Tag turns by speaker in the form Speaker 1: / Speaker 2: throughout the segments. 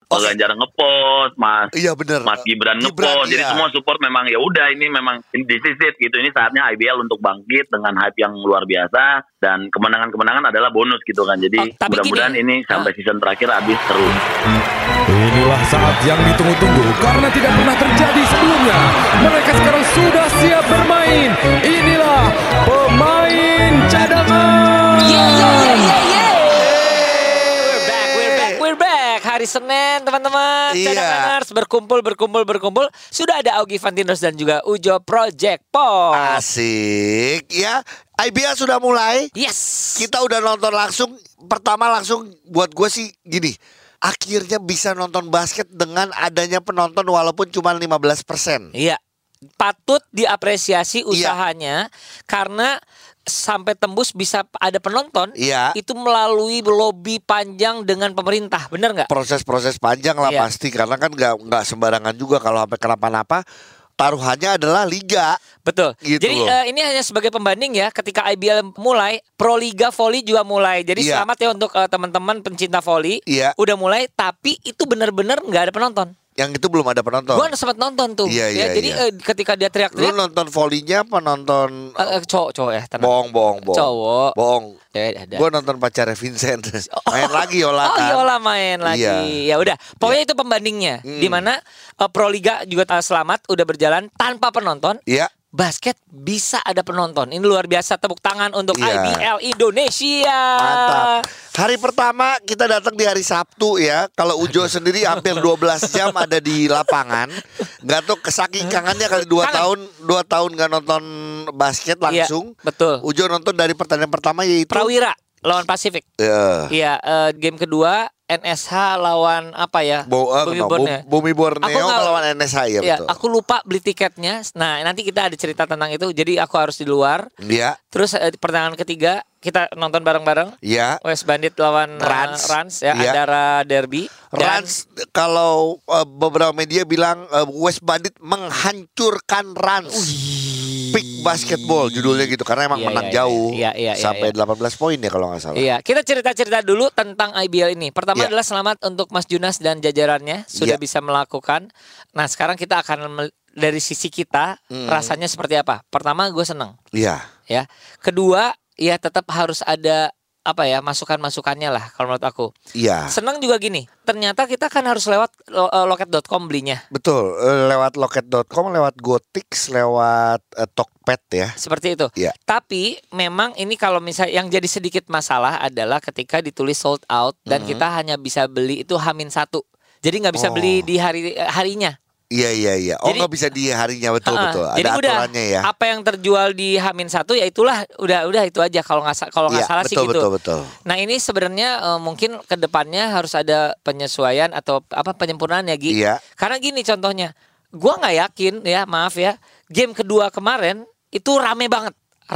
Speaker 1: Ganjar ngepost,
Speaker 2: Iya bener.
Speaker 1: Mas Gibran ngepost, jadi semua support memang ya udah ini memang this is it gitu. Ini saatnya IBL untuk bangkit dengan hype yang luar biasa dan kemenangan-kemenangan adalah bonus gitu kan. Jadi mudah-mudahan ini sampai season terakhir habis terus.
Speaker 3: Inilah saat yang ditunggu-tunggu karena tidak pernah terjadi sebelumnya. Mereka sekarang sudah siap bermain. Inilah pemain cadangan.
Speaker 4: Hari Senin teman-teman, cadanganers berkumpul. Sudah ada Augie Fantinos dan juga Ujo Project Pop.
Speaker 2: Asik ya. IBL sudah mulai.
Speaker 4: Yes.
Speaker 2: Kita udah nonton langsung. Pertama langsung buat gue sih gini. Akhirnya bisa nonton basket dengan adanya penonton walaupun cuma 15%.
Speaker 4: Iya. Patut diapresiasi usahanya karena sampai tembus bisa ada penonton itu melalui lobby panjang dengan pemerintah, benar nggak?
Speaker 2: Proses panjang lah pasti karena kan nggak sembarangan juga kalau sampai kenapa-napa. Taruhannya adalah liga.
Speaker 4: Betul.
Speaker 2: Gitu.
Speaker 4: Jadi ini hanya sebagai pembanding ya. Ketika IBL mulai, Pro Liga Volley juga mulai. Jadi selamat ya untuk teman-teman pencinta volley. Udah mulai, tapi itu benar-benar nggak ada penonton.
Speaker 2: Yang itu belum ada penonton.
Speaker 4: Gue sempat nonton tuh. Jadi ketika dia teriak-teriak.
Speaker 2: Lu nonton volleynya apa nonton?
Speaker 4: Cowok ya.
Speaker 2: Bohong.
Speaker 4: Cowok.
Speaker 2: Bohong. Gue nonton pacarnya Vincent. Main lagi Yola kan.
Speaker 4: Yola main lagi. Ya udah. Pokoknya itu pembandingnya. Dimana Pro Liga juga selamat udah berjalan tanpa penonton.
Speaker 2: Iya.
Speaker 4: Basket bisa ada penonton. Ini luar biasa, tepuk tangan untuk IBL Indonesia.
Speaker 2: Mantap. Hari pertama kita datang di hari Sabtu ya. Kalau Ujo sendiri hampir 12 jam ada di lapangan. Gak tau kesaking kangennya kali 2 tahun gak nonton basket langsung.
Speaker 4: Iya, betul.
Speaker 2: Ujo nonton dari pertandingan pertama yaitu
Speaker 4: Prawira lawan Pasifik. Iya, game kedua NSH lawan apa ya?
Speaker 2: Bumi Borneo melawan NSH ya, betul.
Speaker 4: Aku lupa beli tiketnya. Nah, nanti kita ada cerita tentang itu. Jadi aku harus di luar.
Speaker 2: Iya.
Speaker 4: Terus pertandingan ketiga kita nonton bareng-bareng.
Speaker 2: Iya.
Speaker 4: West Bandit lawan Rans ya, Andara Derby.
Speaker 2: Rans kalau beberapa media bilang West Bandit menghancurkan Rans. Peak basketball judulnya gitu karena emang menang jauh sampai 18 poin ya kalau nggak salah.
Speaker 4: Iya, kita cerita-cerita dulu tentang IBL ini. Pertama adalah selamat untuk Mas Junas dan jajarannya sudah bisa melakukan. Nah, sekarang kita akan dari sisi kita rasanya seperti apa. Pertama gue seneng.
Speaker 2: Iya.
Speaker 4: Ya. Kedua, ya tetap harus ada apa ya masukan-masukannya lah kalau menurut aku.
Speaker 2: Iya.
Speaker 4: Senang juga gini. Ternyata kita kan harus lewat loket.com belinya.
Speaker 2: Betul, lewat loket.com, lewat Gotix, lewat Tokped ya.
Speaker 4: Seperti itu.
Speaker 2: Iya.
Speaker 4: Tapi memang ini kalau misalnya yang jadi sedikit masalah adalah ketika ditulis sold out dan kita hanya bisa beli itu H-1. Jadi nggak bisa beli di harinya.
Speaker 2: Iya. Nggak bisa di harinya betul.
Speaker 4: Jadi
Speaker 2: ada
Speaker 4: udah
Speaker 2: aturannya ya.
Speaker 4: apa yang terjual di H-1 ya itulah udah itu aja kalau nggak salah sih gitu.
Speaker 2: Betul.
Speaker 4: Nah ini sebenarnya mungkin kedepannya harus ada penyesuaian atau apa penyempurnaan ya Gi.
Speaker 2: Iya.
Speaker 4: Karena gini contohnya, gua nggak yakin ya maaf ya game kedua kemarin itu rame banget,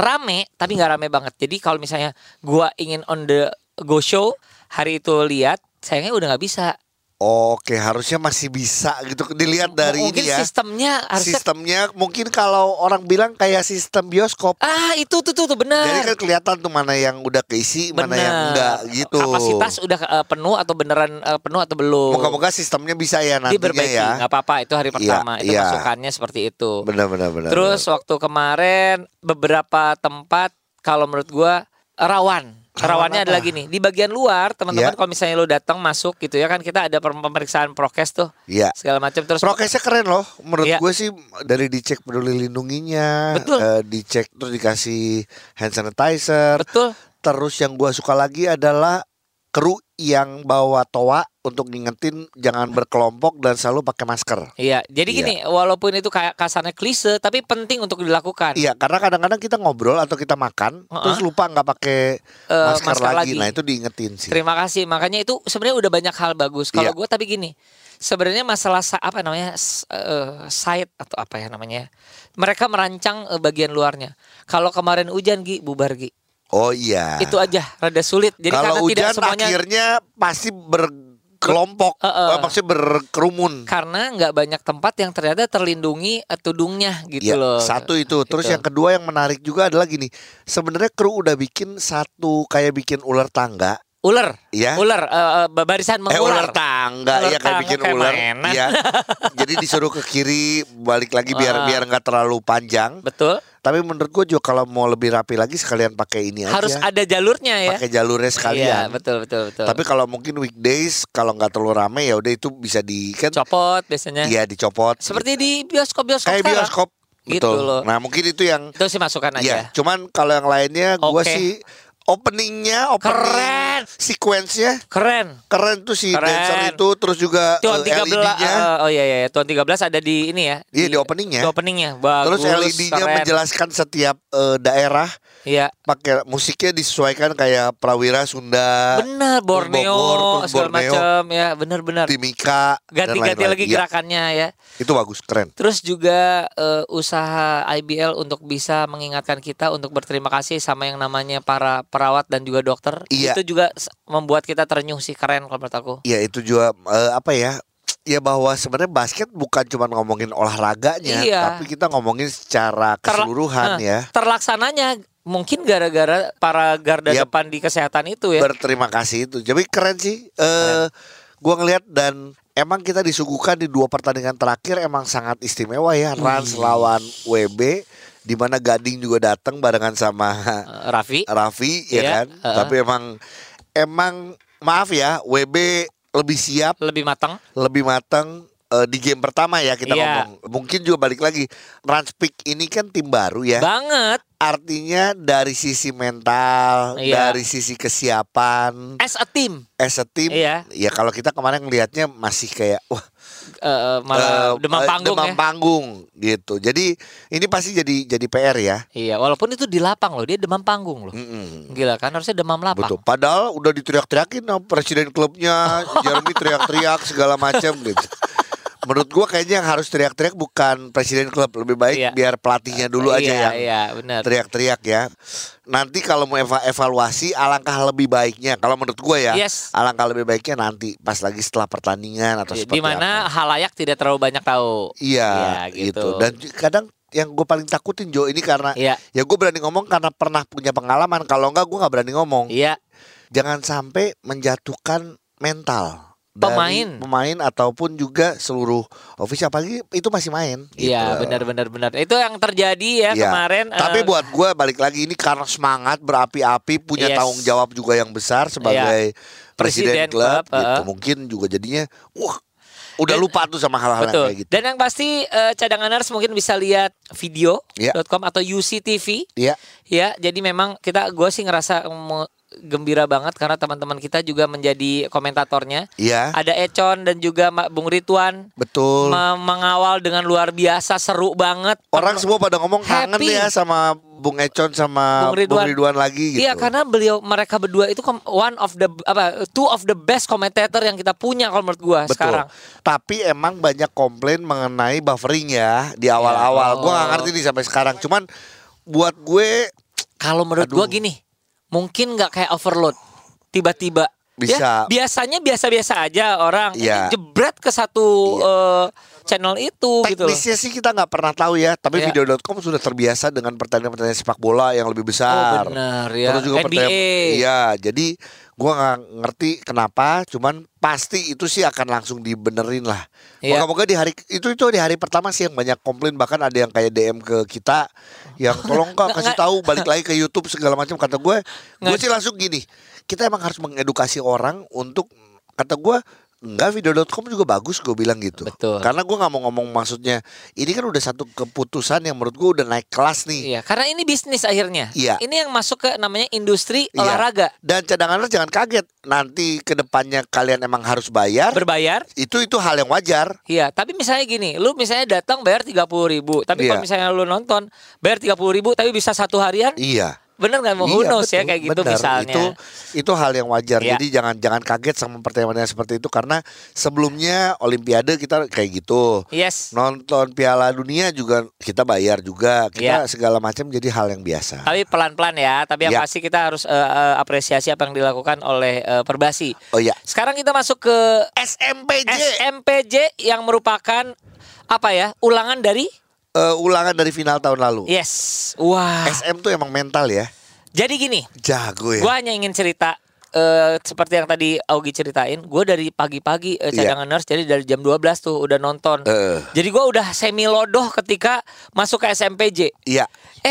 Speaker 4: tapi nggak rame banget. Jadi kalau misalnya gua ingin on the go show hari itu lihat, sayangnya udah nggak bisa.
Speaker 2: Oke, harusnya masih bisa gitu dilihat dari
Speaker 4: mungkin
Speaker 2: ini ya.
Speaker 4: Sistemnya
Speaker 2: mungkin kalau orang bilang kayak sistem bioskop.
Speaker 4: Itu tuh benar.
Speaker 2: Jadi kan kelihatan tuh mana yang udah keisi, mana yang enggak gitu.
Speaker 4: Kapasitas udah penuh atau beneran penuh atau belum.
Speaker 2: Moga-moga sistemnya bisa ya nantinya
Speaker 4: diperbaiki,
Speaker 2: ya.
Speaker 4: Nggak apa-apa itu hari pertama itu masukannya seperti itu.
Speaker 2: Benar.
Speaker 4: Terus waktu kemarin beberapa tempat kalau menurut gua Rawannya adalah gini, di bagian luar teman-teman kalau misalnya lo datang masuk gitu ya kan kita ada pemeriksaan prokes tuh, segala macam terus.
Speaker 2: Prokesnya keren loh, menurut gue sih dari dicek peduli lindunginya, dicek terus dikasih hand sanitizer, terus yang gue suka lagi adalah kru yang bawa toa untuk ngingetin jangan berkelompok dan selalu pakai masker.
Speaker 4: Iya, jadi gini, walaupun itu kayak kasarnya klise, tapi penting untuk dilakukan.
Speaker 2: Iya, karena kadang-kadang kita ngobrol atau kita makan, terus lupa nggak pakai masker lagi. Nah itu diingetin sih.
Speaker 4: Terima kasih, makanya itu sebenarnya udah banyak hal bagus. Kalau gue tapi gini, sebenarnya masalah apa namanya site atau apa ya namanya, mereka merancang bagian luarnya. Kalau kemarin hujan bubar
Speaker 2: Oh iya.
Speaker 4: Itu aja rada sulit. Jadi
Speaker 2: kalau
Speaker 4: karena
Speaker 2: hujan
Speaker 4: tidak semuanya
Speaker 2: akhirnya pasti berkelompok, maksudnya berkerumun.
Speaker 4: Karena nggak banyak tempat yang ternyata terlindungi tudungnya gitu loh.
Speaker 2: Satu itu. Terus yang kedua yang menarik juga adalah gini. Sebenarnya kru udah bikin satu kayak bikin ular tangga
Speaker 4: Ular.
Speaker 2: Ya.
Speaker 4: Ular barisan mengular.
Speaker 2: Ular tangga ya kayak bikin ular. Ya. Jadi disuruh ke kiri balik lagi biar nggak terlalu panjang.
Speaker 4: Betul.
Speaker 2: Tapi menurut gue juga kalau mau lebih rapi lagi sekalian pakai ini
Speaker 4: harus
Speaker 2: aja.
Speaker 4: Harus ada jalurnya ya.
Speaker 2: Pakai jalurnya sekalian.
Speaker 4: Iya, betul.
Speaker 2: Tapi kalau mungkin weekdays kalau nggak terlalu rame ya udah itu bisa
Speaker 4: copot biasanya.
Speaker 2: Iya, dicopot.
Speaker 4: Seperti di bioskop-bioskop
Speaker 2: kayak
Speaker 4: sekarang.
Speaker 2: Bioskop.
Speaker 4: Gitu
Speaker 2: betul.
Speaker 4: loh.
Speaker 2: Nah, mungkin itu yang
Speaker 4: itu sih masukan aja.
Speaker 2: Iya, cuman kalau yang lainnya gue sih opening
Speaker 4: keren,
Speaker 2: sequence-nya keren tuh si dancer itu, terus juga LED-nya.
Speaker 4: Oh iya, Tuan 13 ada di ini ya.
Speaker 2: Iya, di openingnya
Speaker 4: bagus.
Speaker 2: Terus LED-nya menjelaskan setiap daerah.
Speaker 4: Iya.
Speaker 2: Pakai musiknya disesuaikan kayak Prawira Sunda.
Speaker 4: Bener, Borneo, segala macam ya, bener.
Speaker 2: Timika.
Speaker 4: Ganti-ganti lagi gerakannya ya.
Speaker 2: Itu bagus, keren.
Speaker 4: Terus juga usaha IBL untuk bisa mengingatkan kita untuk berterima kasih sama yang namanya para perawat dan juga dokter.
Speaker 2: Iya.
Speaker 4: Itu juga membuat kita terenyuh sih, keren kalau menurut aku.
Speaker 2: Iya, itu juga ya bahwa sebenarnya basket bukan cuma ngomongin olahraganya, tapi kita ngomongin secara keseluruhan ya.
Speaker 4: Terlaksananya mungkin gara-gara para garda depan di kesehatan itu ya.
Speaker 2: Berterima kasih itu. Jadi keren sih. Gua ngelihat dan emang kita disuguhkan di 2 pertandingan terakhir emang sangat istimewa ya. Rans lawan WB di mana Gading juga datang barengan sama Raffi ya kan. Tapi emang maaf ya, WB lebih siap, lebih matang di game pertama ya kita ngomong. Mungkin juga balik lagi, Rans Peak ini kan tim baru ya.
Speaker 4: Banget.
Speaker 2: Artinya dari sisi mental, dari sisi kesiapan,
Speaker 4: as a team,
Speaker 2: ya kalau kita kemarin ngelihatnya masih kayak
Speaker 4: malah demam panggung
Speaker 2: gitu. Jadi ini pasti jadi PR ya.
Speaker 4: Iya, walaupun itu di lapang loh, dia demam panggung loh. Gila kan, harusnya demam lapang.
Speaker 2: Betul. Padahal udah diteriak-teriakin presiden klubnya, Jeremy teriak-teriak segala macam gitu. Menurut gua kayaknya yang harus teriak-teriak bukan presiden klub, lebih baik biar pelatihnya dulu aja yang teriak-teriak ya. Nanti kalau mau evaluasi alangkah lebih baiknya, kalau menurut gua ya, alangkah lebih baiknya nanti pas lagi setelah pertandingan atau seperti apa.
Speaker 4: Dimana halayak tidak terlalu banyak tahu.
Speaker 2: Iya, gitu. Dan kadang yang gue paling takutin Jo ini karena ya gue berani ngomong karena pernah punya pengalaman. Kalau enggak gue nggak berani ngomong.
Speaker 4: Iya.
Speaker 2: Jangan sampai menjatuhkan mental pemain ataupun juga seluruh official, apalagi itu masih main.
Speaker 4: Iya,
Speaker 2: gitu.
Speaker 4: benar. Itu yang terjadi ya kemarin.
Speaker 2: Tapi buat gue balik lagi ini karena semangat berapi-api, punya tanggung jawab juga yang besar sebagai presiden klub gitu. Mungkin juga jadinya udah lupa tuh sama hal-hal yang kayak gitu.
Speaker 4: Dan yang pasti cadanganers mungkin bisa lihat video.com atau UCTV.
Speaker 2: Iya.
Speaker 4: Ya, jadi memang gue sih ngerasa gembira banget karena teman-teman kita juga menjadi komentatornya.
Speaker 2: Iya.
Speaker 4: Ada Econ dan juga Bung Ridwan.
Speaker 2: Betul.
Speaker 4: Mengawal dengan luar biasa, seru banget.
Speaker 2: Orang semua pada ngomong kangen ya sama Bung Econ sama Bung Ridwan lagi gitu.
Speaker 4: Iya, karena mereka berdua itu two of the best komentator yang kita punya kalau menurut gua sekarang.
Speaker 2: Tapi emang banyak komplain mengenai buffering ya di awal-awal. Gua nggak ngerti nih sampai sekarang. Cuman buat gue
Speaker 4: kalau menurut gua gini, mungkin nggak kayak overload tiba-tiba
Speaker 2: bisa.
Speaker 4: Biasanya biasa-biasa aja orang ini jebret ke satu channel itu.
Speaker 2: Teknisnya
Speaker 4: gitu
Speaker 2: sih kita nggak pernah tahu ya. Tapi video.com sudah terbiasa dengan pertandingan-pertandingan sepak bola yang lebih besar.
Speaker 4: Benar ya.
Speaker 2: Terus juga
Speaker 4: NBA.
Speaker 2: Iya, jadi gua nggak ngerti kenapa. Cuman pasti itu sih akan langsung dibenerin lah. Moga-moga di hari itu di hari pertama sih yang banyak komplain, bahkan ada yang kayak DM ke kita yang tolong Kak kasih tahu, balik lagi ke YouTube segala macam. Kata gue sih langsung gini, kita emang harus mengedukasi orang untuk, kata gue enggak, video.com juga bagus, gue bilang gitu.
Speaker 4: Betul.
Speaker 2: Karena gue nggak mau ngomong, maksudnya ini kan udah satu keputusan yang menurut gue udah naik kelas nih.
Speaker 4: Iya, karena ini bisnis akhirnya.
Speaker 2: Iya.
Speaker 4: Ini yang masuk ke namanya industri olahraga.
Speaker 2: Dan cadangannya jangan kaget, nanti kedepannya kalian emang harus berbayar. Itu hal yang wajar.
Speaker 4: Iya, tapi misalnya gini, lu misalnya datang bayar 30.000, tapi kalau misalnya lu nonton bayar 30.000 tapi bisa 1 harian.
Speaker 2: Iya.
Speaker 4: Bener nggak, mau who knows ya kayak gitu misalnya.
Speaker 2: Itu hal yang wajar. Jadi jangan kaget sama pertandingan seperti itu, karena sebelumnya Olimpiade kita kayak gitu. Nonton Piala Dunia juga kita bayar juga. Kita segala macam, jadi hal yang biasa.
Speaker 4: Tapi pelan-pelan ya. Tapi yang pasti kita harus apresiasi apa yang dilakukan oleh Perbasi.
Speaker 2: Oh iya.
Speaker 4: Sekarang kita masuk ke SMPJ yang merupakan ulangan dari
Speaker 2: final tahun lalu.
Speaker 4: Yes. Wah.
Speaker 2: SM tuh emang mental ya.
Speaker 4: Jadi gini.
Speaker 2: Jago ya.
Speaker 4: Gua hanya ingin cerita seperti yang tadi Augie ceritain, gue dari pagi-pagi cadangan nurse, jadi dari jam 12 tuh udah nonton. Jadi gue udah semi lodoh ketika masuk ke SMPJ.
Speaker 2: Iya.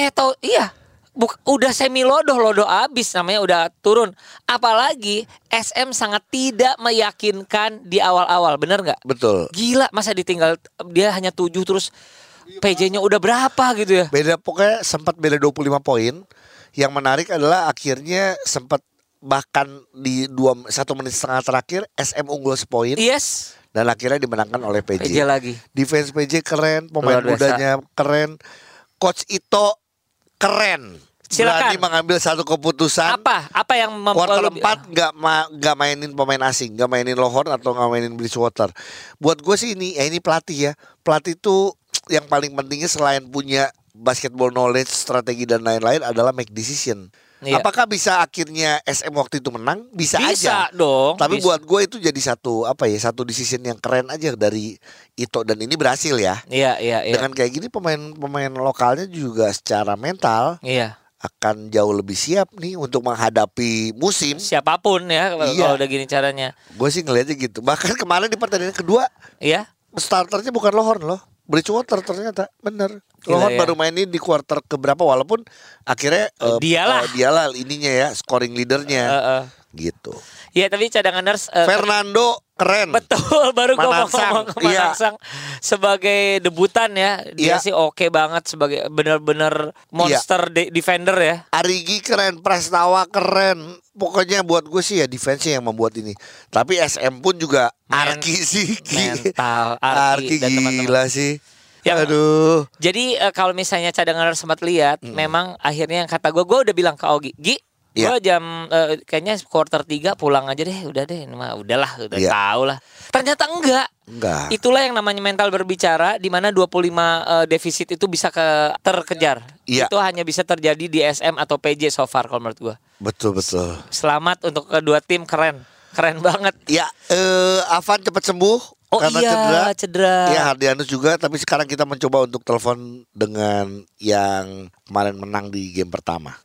Speaker 4: Udah semi lodoh abis namanya, udah turun. Apalagi SM sangat tidak meyakinkan di awal-awal, bener nggak?
Speaker 2: Betul.
Speaker 4: Gila, masa ditinggal dia hanya 7 terus PJ-nya udah berapa gitu ya?
Speaker 2: Beda, pokoknya sempat beda 25 poin. Yang menarik adalah akhirnya sempat bahkan di 1 menit setengah terakhir SM unggul sepoin.
Speaker 4: Yes.
Speaker 2: Dan akhirnya dimenangkan oleh PJ.
Speaker 4: PJ lagi.
Speaker 2: Defense PJ keren, pemain mudanya keren. Coach Ito keren.
Speaker 4: Silakan.
Speaker 2: Berani mengambil satu keputusan.
Speaker 4: Apa yang
Speaker 2: Quarter 4 nggak mainin pemain asing, nggak mainin Lohorn atau nggak mainin Bridgewater. Buat gue sih ini pelatih ya. Pelatih itu yang paling pentingnya selain punya basketball knowledge, strategi dan lain-lain adalah make decision. Iya. Apakah bisa akhirnya SM waktu itu menang? Bisa aja
Speaker 4: dong.
Speaker 2: Tapi buat gue itu jadi satu decision yang keren aja dari Ito, dan ini berhasil ya.
Speaker 4: Iya.
Speaker 2: Dengan kayak gini pemain lokalnya juga secara mental akan jauh lebih siap nih untuk menghadapi musim.
Speaker 4: Siapapun ya kalau udah gini caranya.
Speaker 2: Gue sih ngeliatnya gitu. Bahkan kemarin di pertandingan kedua, starternya bukan Lohorn loh. Bridgewater ternyata bener. Lohorn baru mainin di quarter keberapa, walaupun akhirnya dialah ininya ya, scoring leadernya gitu.
Speaker 4: Iya, tapi cadangan nurse
Speaker 2: Fernando keren.
Speaker 4: Betul, baru gue mau ngomong ke Manansang sebagai debutan ya. Dia sih oke banget sebagai bener-bener monster defender ya.
Speaker 2: Arigi keren, Prastawa keren. Pokoknya buat gue sih ya defense-nya yang membuat ini. Tapi SM pun juga Arki sih.
Speaker 4: Mental
Speaker 2: Arki
Speaker 4: dan teman-teman
Speaker 2: gila sih.
Speaker 4: Ya,
Speaker 2: aduh.
Speaker 4: Jadi kalau misalnya cadangan sempat lihat, memang akhirnya yang kata gue udah bilang ke Augie, gue jam kayaknya quarter 3 pulang aja deh, udah deh, udahlah, tahu lah. Ternyata enggak. Itulah yang namanya mental berbicara, di mana 25 defisit itu bisa terkejar. Itu hanya bisa terjadi di SM atau PJ so far kalau menurut gue.
Speaker 2: Betul.
Speaker 4: Selamat untuk kedua tim, keren banget.
Speaker 2: Ya, Avan cepat sembuh. Karena
Speaker 4: cedera.
Speaker 2: Ya, Hardianus juga. Tapi sekarang kita mencoba untuk telepon dengan yang kemarin menang di game pertama.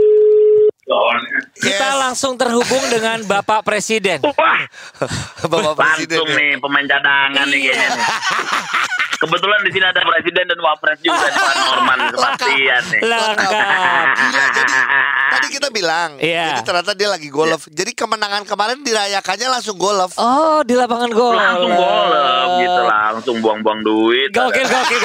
Speaker 4: Kita langsung terhubung dengan Bapak Presiden.
Speaker 1: Bapak Presiden langsung nih, pemain cadangan nih kayaknya nih. Kebetulan di sini ada presiden dan wapres juga nih, Pak Norman Sebastian nih.
Speaker 4: Lengkap.
Speaker 2: Jadi tadi kita bilang, jadi ternyata dia lagi golf. Jadi kemenangan kemarin dirayakannya langsung golf.
Speaker 4: Oh, di lapangan golf.
Speaker 1: Langsung golf gitu, langsung buang-buang duit.
Speaker 4: Gokil.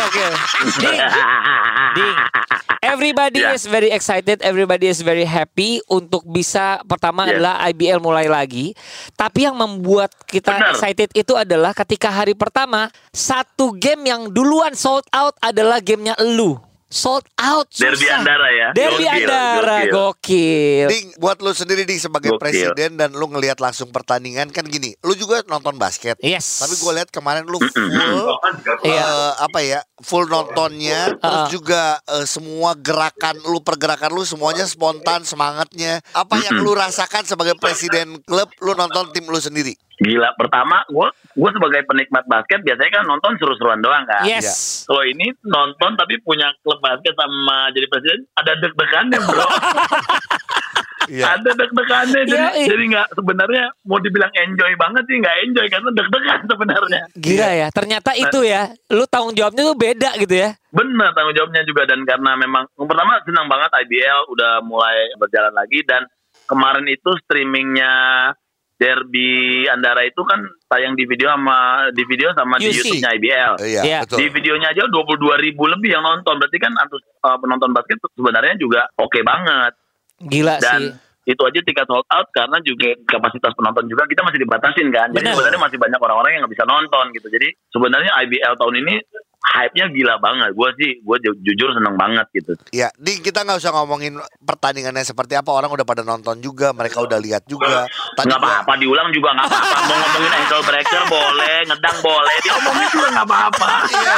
Speaker 4: Ding. Everybody is very excited, everybody is very happy untuk bisa pertama adalah IBL mulai lagi. Tapi yang membuat kita excited itu adalah ketika hari pertama satu game yang duluan sold out adalah gamenya elu. Sold out, susah.
Speaker 1: Derby Andara ya.
Speaker 4: Derby Andara, gokil.
Speaker 2: Ding, buat lu sendiri Ding sebagai presiden dan lu ngelihat langsung pertandingan kan gini. Lu juga nonton basket.
Speaker 4: Yes.
Speaker 2: Tapi gue lihat kemarin lu full full nontonnya, terus juga semua pergerakan lu semuanya spontan, semangatnya. Apa yang lu rasakan sebagai presiden klub, lu nonton tim lu sendiri?
Speaker 1: Gila, pertama gue sebagai penikmat basket biasanya kan nonton seru-seruan doang kan.
Speaker 4: Yes.
Speaker 1: Kalau ini nonton tapi punya klub basket sama jadi presiden, ada deg-degannya bro. Ada deg-degannya, jadi nggak, sebenarnya mau dibilang enjoy banget sih nggak enjoy karena deg-degan sebenarnya.
Speaker 4: Gila ya, ternyata itu ya, lu tanggung jawabnya tuh beda gitu ya.
Speaker 1: Bener, tanggung jawabnya juga, dan karena memang pertama senang banget IBL udah mulai berjalan lagi, dan kemarin itu streamingnya Derby Andara itu kan tayang di video sama di YouTube-nya IBL.
Speaker 2: Betul.
Speaker 1: Di videonya aja 22.000 lebih yang nonton. Berarti kan penonton basket sebenarnya juga oke banget.
Speaker 4: Gila
Speaker 1: dan
Speaker 4: sih.
Speaker 1: Itu aja tiket sold out karena juga kapasitas penonton juga kita masih dibatasin kan. Jadi sebenarnya masih banyak orang-orang yang nggak bisa nonton gitu. Jadi sebenarnya IBL tahun ini hype-nya gila banget. Gue jujur seneng banget gitu.
Speaker 2: Ya, Ding, kita nggak usah ngomongin pertandingannya seperti apa. Orang udah pada nonton juga, mereka udah lihat juga.
Speaker 1: Nggak apa-apa, diulang juga nggak apa-apa. Mau ngomongin ankle breaker boleh, ngedang boleh, diomongin juga nggak apa-apa.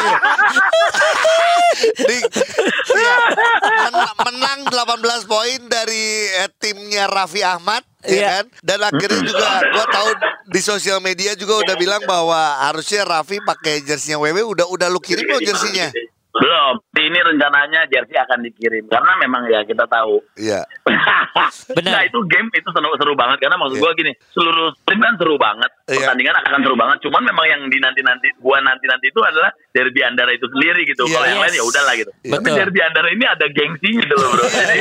Speaker 2: Ding, menang 18 poin dari timnya Raffi Ahmad. Ya kan? Dan akhirnya juga gue tahu di sosial media juga udah bilang bahwa harusnya Raffi pakai jersinya WW. Udah lu kirim lo jersinya?
Speaker 1: Belum. Ini rencananya jersey akan dikirim karena memang ya kita tahu.
Speaker 2: Iya.
Speaker 4: Benar.
Speaker 1: Nah itu game itu seru banget karena maksud gue gini, seluruh tim kan seru banget. Pertandingan akan seru banget. Cuman memang yang di nanti itu adalah derby Andara itu sendiri gitu. Kalau yang lain ya udahlah gitu. Tapi derby Andara ini ada gengsinya gitu loh bro.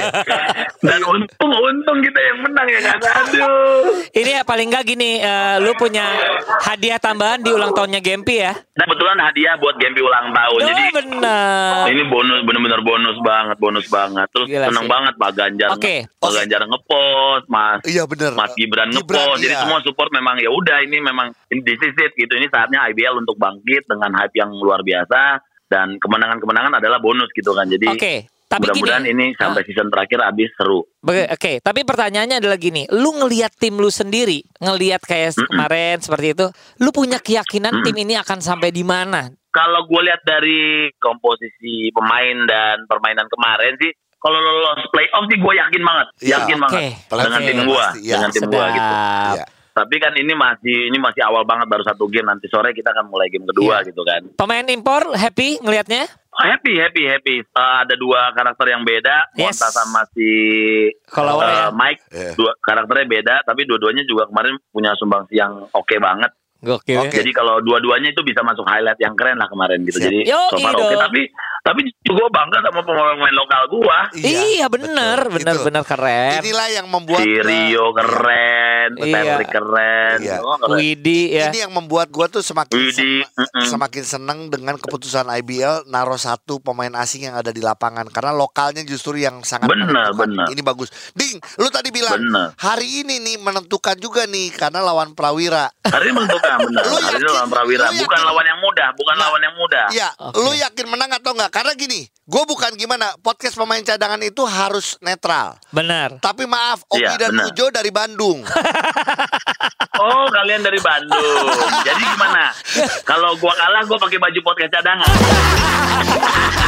Speaker 1: Dan untung kita yang menang ya kan. Aduh.
Speaker 4: Ini ya paling nggak gini, lu punya hadiah tambahan di ulang tahunnya Gempi ya?
Speaker 1: Nah kebetulan hadiah buat Gempi ulang tahun. Jadi
Speaker 4: benar.
Speaker 1: Ini benar-benar bonus banget. Terus seneng banget Pak Ganjar. Pak Ganjar ngepost, Mas.
Speaker 2: Iya benar.
Speaker 1: Mas Gibran ngepost. Jadi semua support memang ya udah ini memang this is it gitu. Ini saatnya IBL untuk bangkit dengan hype yang luar biasa dan kemenangan adalah bonus gitu kan. Jadi
Speaker 4: tapi
Speaker 1: mudah-mudahan ini sampai season terakhir habis seru.
Speaker 4: Oke, tapi pertanyaannya adalah gini, lu ngelihat tim lu sendiri, ngelihat kayak kemarin seperti itu, lu punya keyakinan tim ini akan sampai di mana?
Speaker 1: Kalau gue lihat dari komposisi pemain dan permainan kemarin sih, kalau lolos playoff sih gue yakin banget dengan tim gue, dengan tim gue gitu. Tapi kan ini masih awal banget, baru 1 game, nanti sore kita akan mulai game kedua gitu kan.
Speaker 4: Pemain impor happy ngelihatnya?
Speaker 1: Happy. Ada 2 karakter yang beda, Monta sama si Mike. Dua karakternya beda, tapi dua-duanya juga kemarin punya sumbangsi yang oke banget. Jadi kalau dua-duanya itu bisa masuk highlight yang keren lah kemarin gitu. Jadi so far oke. Tapi gue bangga sama pemain lokal gue.
Speaker 4: Iya benar keren.
Speaker 2: Inilah yang membuat
Speaker 1: si Rio keren, Patrick keren.
Speaker 4: Widi ya.
Speaker 2: Ini yang membuat gue tuh semakin senang dengan keputusan IBL naruh 1 pemain asing yang ada di lapangan karena lokalnya justru yang sangat menentukan. Ini bagus. Ding, lu tadi bilang hari ini nih menentukan juga nih karena lawan Prawira.
Speaker 1: Hari ini menentukan benar. Hari ini lawan Prawira, bukan lawan yang mudah, Iya,
Speaker 2: lu yakin menang atau enggak? Karena gini, gue bukan gimana, podcast pemain cadangan itu harus netral.
Speaker 4: Benar.
Speaker 2: Tapi maaf, Oki dan Ujo dari Bandung.
Speaker 1: Oh, kalian dari Bandung. Jadi gimana? Kalau gue kalah, gue pakai baju podcast cadangan.